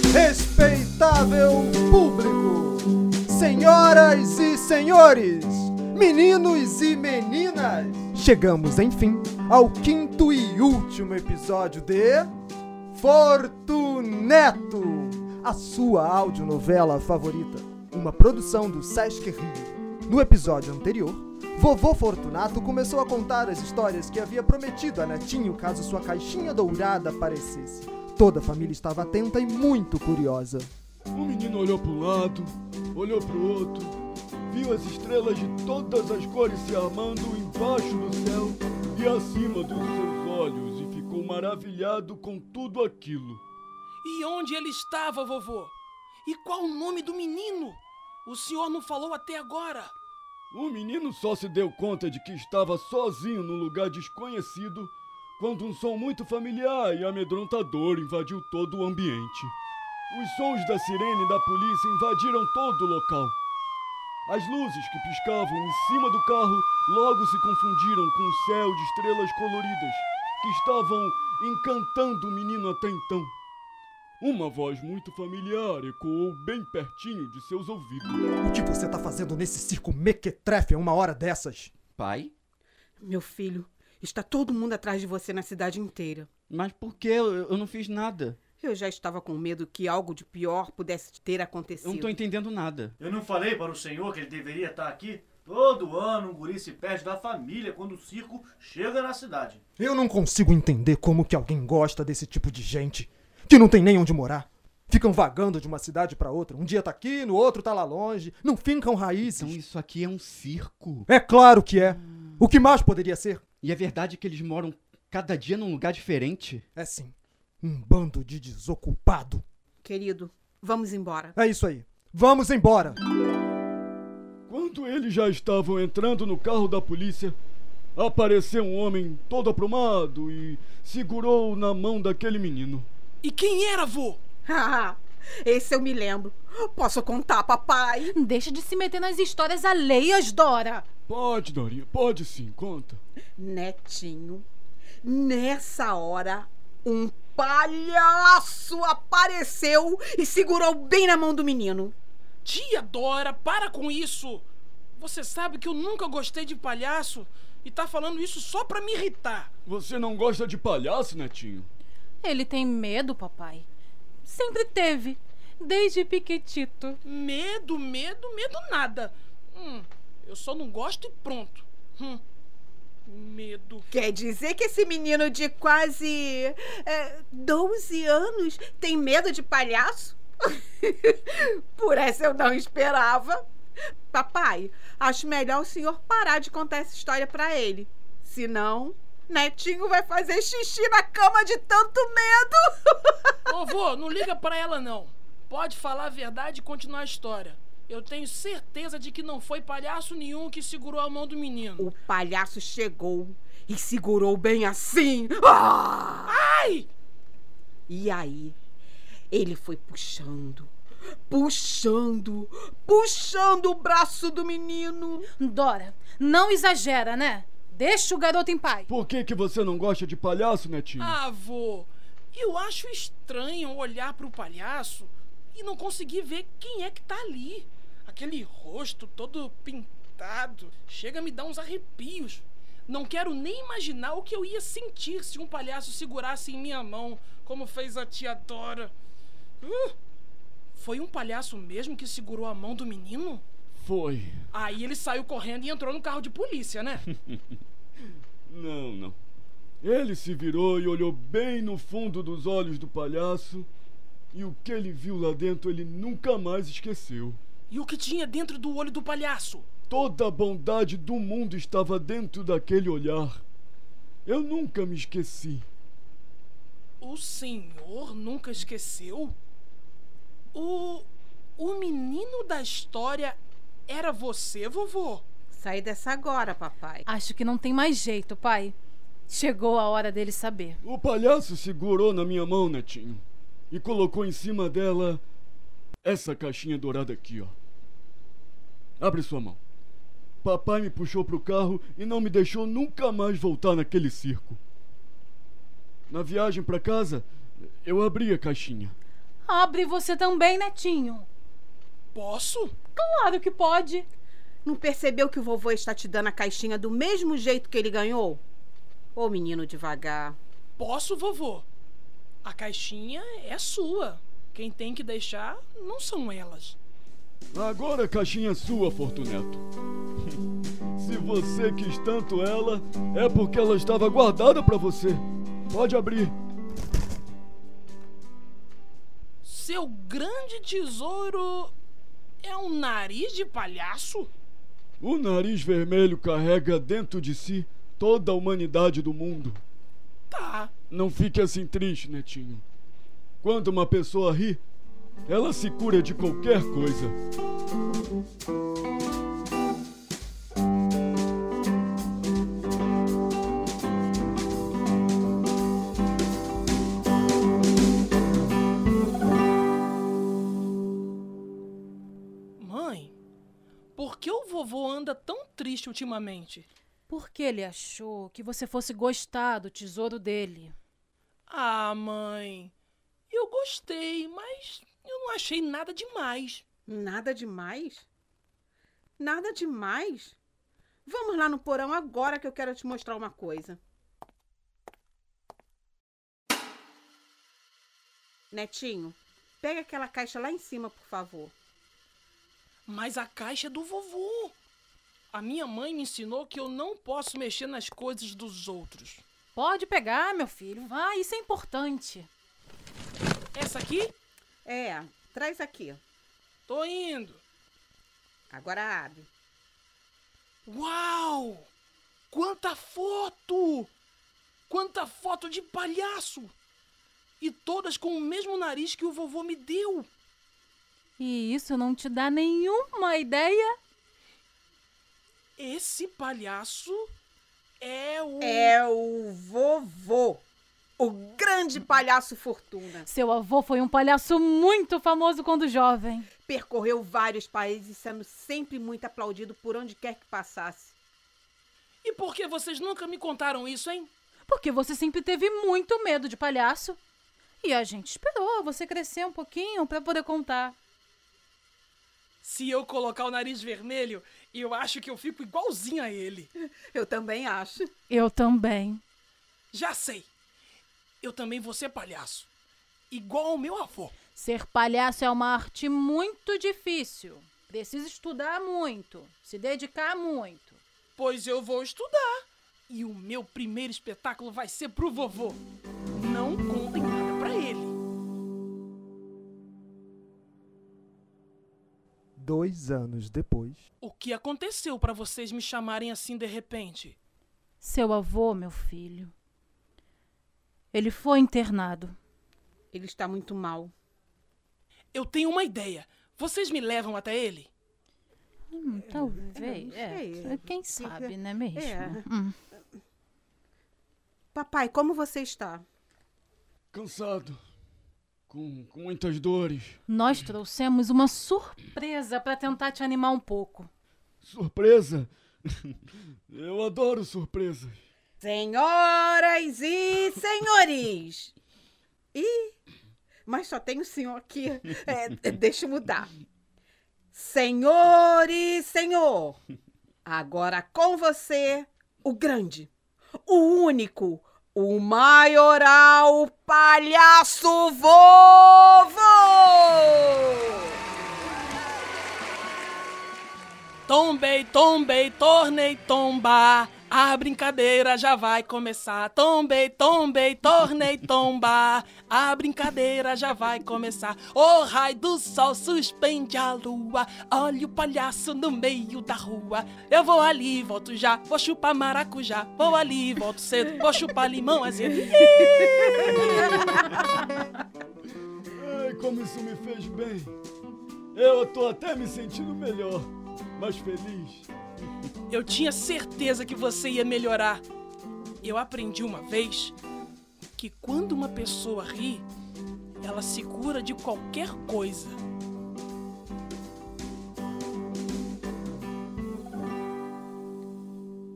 Respeitável público, senhoras e senhores, meninos e meninas, chegamos, enfim, ao quinto e último episódio de Fortuneto, a sua audionovela favorita, uma produção do Sesc Rio. No episódio anterior, Vovô Fortunato começou a contar as histórias que havia prometido a Netinho caso sua caixinha dourada aparecesse. Toda a família estava atenta e muito curiosa. O menino olhou para um lado, olhou para o outro, viu as estrelas de todas as cores se armando embaixo do céu e acima dos seus olhos e ficou maravilhado com tudo aquilo. E onde ele estava, vovô? E qual o nome do menino? O senhor não falou até agora. O menino só se deu conta de que estava sozinho num lugar desconhecido quando um som muito familiar e amedrontador invadiu todo o ambiente. Os sons da sirene da polícia invadiram todo o local. As luzes que piscavam em cima do carro logo se confundiram com o céu de estrelas coloridas que estavam encantando o menino até então. Uma voz muito familiar ecoou bem pertinho de seus ouvidos. O que você tá fazendo nesse circo mequetrefe a uma hora dessas? Pai? Meu filho, está todo mundo atrás de você na cidade inteira. Mas por que? Eu não fiz nada. Eu já estava com medo que algo de pior pudesse ter acontecido. Eu não tô entendendo nada. Eu não falei para o senhor que ele deveria estar aqui? Todo ano um guri se perde da família quando o circo chega na cidade. Eu não consigo entender como que alguém gosta desse tipo de gente, que não tem nem onde morar. Ficam vagando de uma cidade para outra. Um dia tá aqui, no outro tá lá longe. Não fincam raízes. Então isso aqui é um circo. É claro que é. O que mais poderia ser? E é verdade que eles moram cada dia num lugar diferente? É sim. Um bando de desocupado. Querido, vamos embora. É isso aí. Vamos embora. Quando eles já estavam entrando no carro da polícia, apareceu um homem todo aprumado e segurou na mão daquele menino. E quem era, vô? Esse eu me lembro. Posso contar, papai? Deixa de se meter nas histórias alheias, Dora. Pode, Dorinha, pode sim, conta. Netinho, nessa hora, um palhaço apareceu e segurou bem na mão do menino. Tia Dora, para com isso. Você sabe que eu nunca gostei de palhaço e tá falando isso só pra me irritar. Você não gosta de palhaço, Netinho? Ele tem medo, papai. Sempre teve, desde pequitito. Medo nada. Eu só não gosto e pronto. Medo. Quer dizer que esse menino de quase 12 anos tem medo de palhaço? Por essa eu não esperava. Papai, acho melhor o senhor parar de contar essa história pra ele. Senão, Netinho vai fazer xixi na cama de tanto medo. Vovô, não liga pra ela não. Pode falar a verdade e continuar a história. Eu tenho certeza de que não foi palhaço nenhum que segurou a mão do menino. O palhaço chegou e segurou bem assim. Ai! E aí, ele foi puxando o braço do menino. Dora, não exagera, né? Deixa o garoto em paz. Por que você não gosta de palhaço, Netinho? Vô, eu acho estranho olhar pro palhaço e não conseguir ver quem é que tá ali. Aquele rosto todo pintado chega a me dar uns arrepios. Não quero nem imaginar o que eu ia sentir se um palhaço segurasse em minha mão, como fez a tia Dora. Foi um palhaço mesmo que segurou a mão do menino? Foi. Aí ele saiu correndo e entrou no carro de polícia, né? Não. Ele se virou e olhou bem no fundo dos olhos do palhaço, e o que ele viu lá dentro ele nunca mais esqueceu. E o que tinha dentro do olho do palhaço? Toda a bondade do mundo estava dentro daquele olhar. Eu nunca me esqueci. O senhor nunca esqueceu? O menino da história era você, vovô? Sai dessa agora, papai. Acho que não tem mais jeito, pai. Chegou a hora dele saber. O palhaço segurou na minha mão, Netinho, e colocou em cima dela essa caixinha dourada aqui, ó. Abre sua mão. Papai me puxou pro carro e não me deixou nunca mais voltar naquele circo. Na viagem pra casa, eu abri a caixinha. Abre você também, netinho. Posso? Claro que pode. Não percebeu que o vovô está te dando a caixinha do mesmo jeito que ele ganhou? Ô, menino devagar. Posso, vovô. A caixinha é sua. Quem tem que deixar não são elas. Agora a caixinha é sua, Fortuneto. Se você quis tanto ela, é porque ela estava guardada para você. Pode abrir. Seu grande tesouro é um nariz de palhaço? O nariz vermelho carrega dentro de si toda a humanidade do mundo. Tá. Não fique assim triste, netinho. Quando uma pessoa ri, ela se cura de qualquer coisa. Mãe, por que o vovô anda tão triste ultimamente? Porque ele achou que você fosse gostar do tesouro dele. Ah, mãe, eu gostei, mas eu não achei nada demais. Nada demais? Nada demais? Vamos lá no porão agora que eu quero te mostrar uma coisa. Netinho, pega aquela caixa lá em cima, por favor. Mas a caixa é do vovô. A minha mãe me ensinou que eu não posso mexer nas coisas dos outros. Pode pegar, meu filho. Vai, isso é importante. Essa aqui? É, traz aqui. Tô indo. Agora abre. Uau! Quanta foto! Quanta foto de palhaço! E todas com o mesmo nariz que o vovô me deu. E isso não te dá nenhuma ideia? Esse palhaço é o... É o vovô. O grande palhaço Fortuna. Seu avô foi um palhaço muito famoso quando jovem. Percorreu vários países, sendo sempre muito aplaudido por onde quer que passasse. E por que vocês nunca me contaram isso, hein? Porque você sempre teve muito medo de palhaço. E a gente esperou você crescer um pouquinho pra poder contar. Se eu colocar o nariz vermelho, eu acho que eu fico igualzinho a ele. Eu também acho. Eu também. Já sei. Eu também vou ser palhaço. Igual ao meu avô. Ser palhaço é uma arte muito difícil. Precisa estudar muito, se dedicar muito. Pois eu vou estudar. E o meu primeiro espetáculo vai ser pro vovô. Não contem nada pra ele. 2 anos depois. O que aconteceu pra vocês me chamarem assim de repente? Seu avô, meu filho. Ele foi internado. Ele está muito mal. Eu tenho uma ideia. Vocês me levam até ele? Talvez. Quem sabe, né mesmo? Papai, como você está? Cansado. Com muitas dores. Nós trouxemos uma surpresa para tentar te animar um pouco. Surpresa? Eu adoro surpresas. Senhoras e senhores! Ih, mas só tem o senhor aqui. Deixa eu mudar. Senhor e senhor, agora com você, o grande, o único, o maioral palhaço vovô! Tombei, tombei, tornei tombar. A brincadeira já vai começar. Tombei, tombei, tornei tombar. A brincadeira já vai começar. O raio do sol suspende a lua. Olha o palhaço no meio da rua. Eu vou ali, volto já. Vou chupar maracujá. Vou ali, volto cedo. Vou chupar limão azedo. Ai, como isso me fez bem. Eu tô até me sentindo melhor, mais feliz. Eu tinha certeza que você ia melhorar. Eu aprendi uma vez que quando uma pessoa ri, ela se cura de qualquer coisa.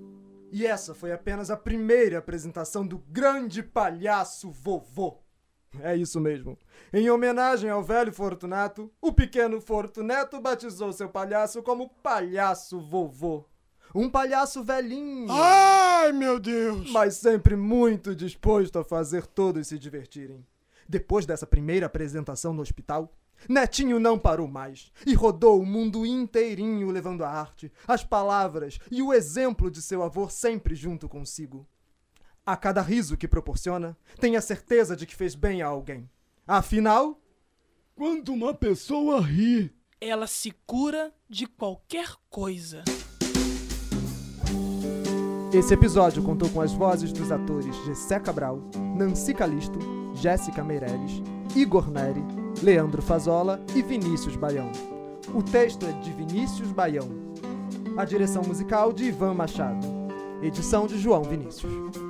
E essa foi apenas a primeira apresentação do grande palhaço vovô. É isso mesmo. Em homenagem ao velho Fortunato, o pequeno Fortuneto batizou seu palhaço como Palhaço Vovô. Um palhaço velhinho. Ai, meu Deus! Mas sempre muito disposto a fazer todos se divertirem. Depois dessa primeira apresentação no hospital, Netinho não parou mais e rodou o mundo inteirinho levando a arte, as palavras e o exemplo de seu avô sempre junto consigo. A cada riso que proporciona, tenha certeza de que fez bem a alguém. Afinal, Quando uma pessoa ri, Ela se cura de qualquer coisa. esse episódio contou com as vozes dos atores Gessé Cabral, Nancy Calisto, Jéssica Meirelles, Igor Neri, Leandro Fazola e Vinícius Baião. O texto é de Vinícius Baião. A direção musical de Ivan Machado. Edição de João Vinícius.